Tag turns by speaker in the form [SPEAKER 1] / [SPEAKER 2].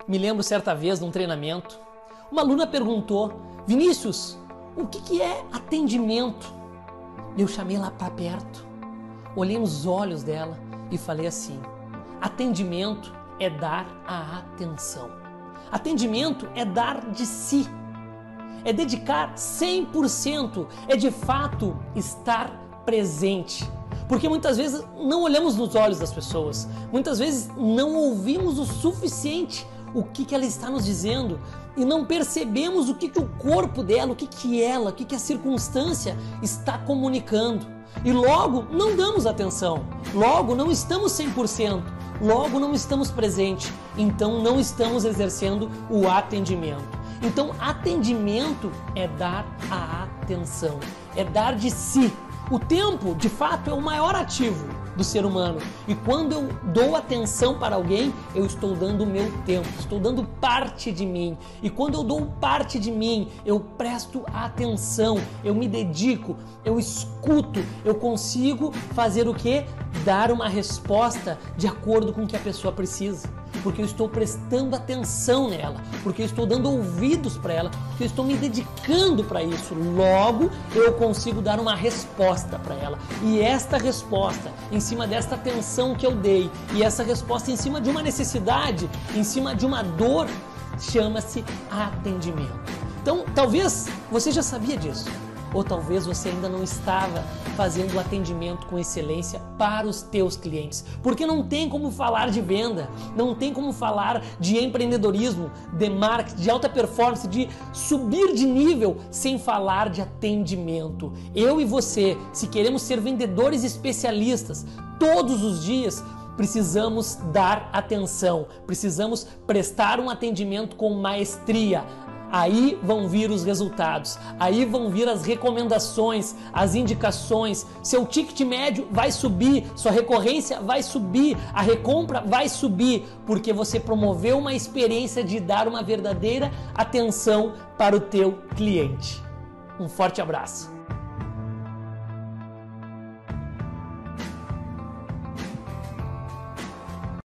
[SPEAKER 1] Me lembro certa vez num treinamento, uma aluna perguntou: Vinícius, o que é atendimento? Eu chamei ela para perto, olhei nos olhos dela e falei assim: atendimento é dar a atenção. Atendimento é dar de si, é dedicar 100%, é de fato estar presente. Porque muitas vezes não olhamos nos olhos das pessoas, muitas vezes não ouvimos o suficiente o que ela está nos dizendo e não percebemos o que o corpo dela, o que a circunstância está comunicando. E logo não damos atenção, logo não estamos 100%, logo não estamos presentes, então não estamos exercendo o atendimento. Então atendimento é dar a atenção, é dar de si. O tempo, de fato, é o maior ativo do ser humano. E quando eu dou atenção para alguém, eu estou dando o meu tempo, estou dando parte de mim. E quando eu dou parte de mim, eu presto atenção, eu me dedico, eu escuto, eu consigo fazer o quê? Dar uma resposta de acordo com o que a pessoa precisa. Porque eu estou prestando atenção nela, porque eu estou dando ouvidos para ela, porque eu estou me dedicando para isso. Logo, eu consigo dar uma resposta para ela. E esta resposta, em cima desta atenção que eu dei, e essa resposta em cima de uma necessidade, em cima de uma dor, chama-se atendimento. Então, talvez você já sabia disso. Ou talvez você ainda não estava fazendo o atendimento com excelência para os teus clientes. Porque não tem como falar de venda, não tem como falar de empreendedorismo, de marketing, de alta performance, de subir de nível sem falar de atendimento. Eu e você, se queremos ser vendedores especialistas todos os dias, precisamos dar atenção, precisamos prestar um atendimento com maestria. Aí vão vir os resultados, aí vão vir as recomendações, as indicações, seu ticket médio vai subir, sua recorrência vai subir, a recompra vai subir, porque você promoveu uma experiência de dar uma verdadeira atenção para o teu cliente. Um forte abraço!